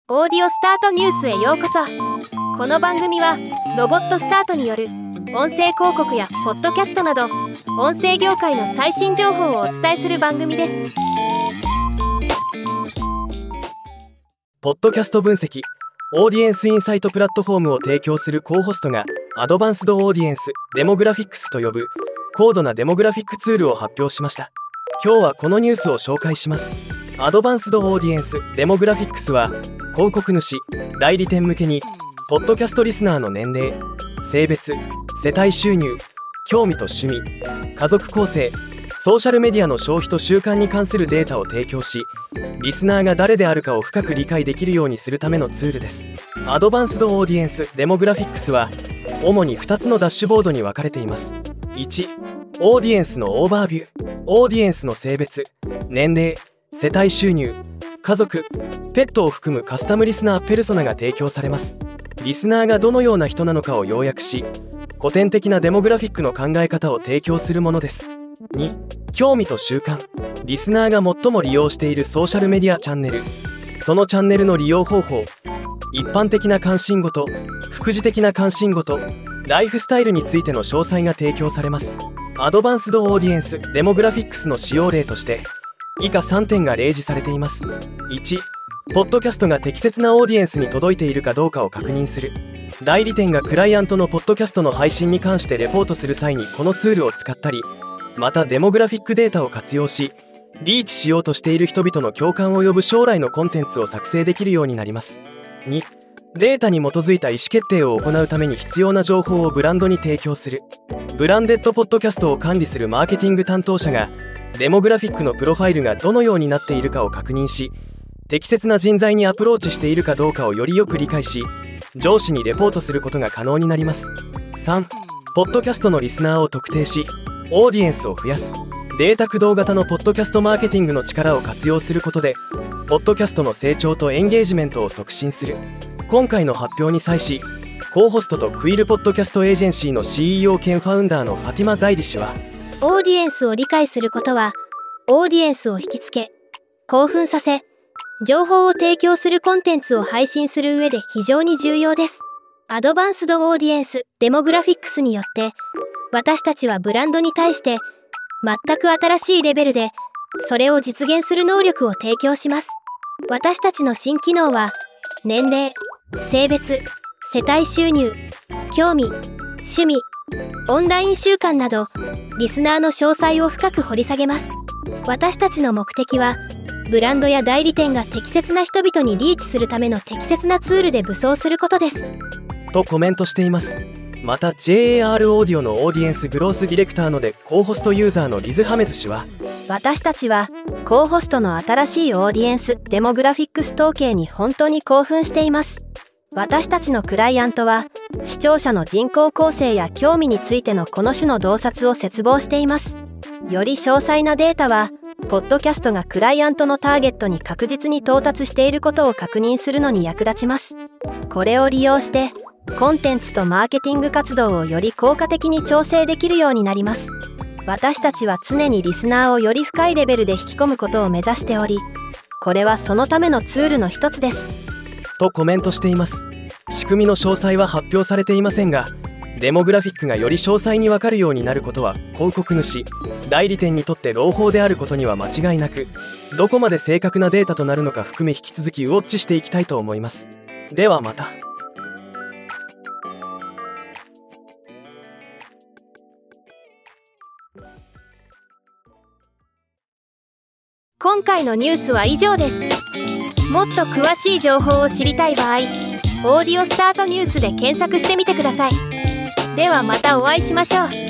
オーディオスタートニュースへようこそ。この番組はロボットスタートによる音声広告やポッドキャストなど音声業界の最新情報をお伝えする番組です。 ポッドキャスト分析オーディエンスインサイトプラットフォームを提供するコーホストがアドバンスドオーディエンスデモグラフィックスと呼ぶ高度なデモグラフィックツールを発表しました。今日はこのニュースを紹介します。アドバンスドオーディエンスデモグラフィックスは広告主・代理店向けにポッドキャストリスナーの年齢、性別、世帯収入、興味と趣味、家族構成、ソーシャルメディアの消費と習慣に関するデータを提供し、リスナーが誰であるかを深く理解できるようにするためのツールです。アドバンスドオーディエンスデモグラフィックスは主に2つのダッシュボードに分かれています。1、オーディエンスのオーバービュー。オーディエンスの性別、年齢、世帯収入、家族、ペットを含むカスタムリスナーペルソナが提供されます。リスナーがどのような人なのかを要約し、古典的なデモグラフィックの考え方を提供するものです。2、興味と習慣。リスナーが最も利用しているソーシャルメディアチャンネル、そのチャンネルの利用方法、一般的な関心事、副次的な関心事、ライフスタイルについての詳細が提供されます。アドバンスドオーディエンスデモグラフィックスの使用例として以下3点が例示されています。1、ポッドキャストが適切なオーディエンスに届いているかどうかを確認する。代理店がクライアントのポッドキャストの配信に関してレポートする際にこのツールを使ったり、またデモグラフィックデータを活用しリーチしようとしている人々の共感を呼ぶ将来のコンテンツを作成できるようになります。2、データに基づいた意思決定を行うために必要な情報をブランドに提供する。ブランデッドポッドキャストを管理するマーケティング担当者がデモグラフィックのプロファイルがどのようになっているかを確認し、適切な人材にアプローチしているかどうかをよりよく理解し、上司にレポートすることが可能になります。3、ポッドキャストのリスナーを特定しオーディエンスを増やす。データ駆動型のポッドキャストマーケティングの力を活用することでポッドキャストの成長とエンゲージメントを促進する。今回の発表に際し、コーホストとクイルポッドキャストエージェンシーの CEO 兼ファウンダーのファティマ・ザイディ氏は、 オーディエンスを理解することはオーディエンスを引きつけ興奮させ情報を提供するコンテンツを配信する上で非常に重要です。アドバンスドオーディエンスデモグラフィックスによって私たちはブランドに対して全く新しいレベルでそれを実現する能力を提供します。私たちの新機能は年齢、性別、世帯収入、興味、趣味、オンライン習慣などリスナーの詳細を深く掘り下げます。私たちの目的はブランドや代理店が適切な人々にリーチするための適切なツールで武装することですとコメントしています。また JAR オーディオのオーディエンスグロースディレクターのでコーホストユーザーのリズ・ハメズ氏は、 私たちはコーホストの新しいオーディエンスデモグラフィックス統計に本当に興奮しています。私たちのクライアントは視聴者の人口構成や興味についてのこの種の洞察を切望しています。より詳細なデータはポッドキャストがクライアントのターゲットに確実に到達していることを確認するのに役立ちます。これを利用してコンテンツとマーケティング活動をより効果的に調整できるようになります。私たちは常にリスナーをより深いレベルで引き込むことを目指しており、これはそのためのツールの一つですとコメントしています。仕組みの詳細は発表されていませんが、デモグラフィックがより詳細に分かるようになることは広告主・代理店にとって朗報であることには間違いなく、どこまで正確なデータとなるのか含め引き続きウォッチしていきたいと思います。ではまた。 今回のニュースは以上です。もっと詳しい情報を知りたい場合、オーディオスタートニュースで検索してみてください。ではまたお会いしましょう。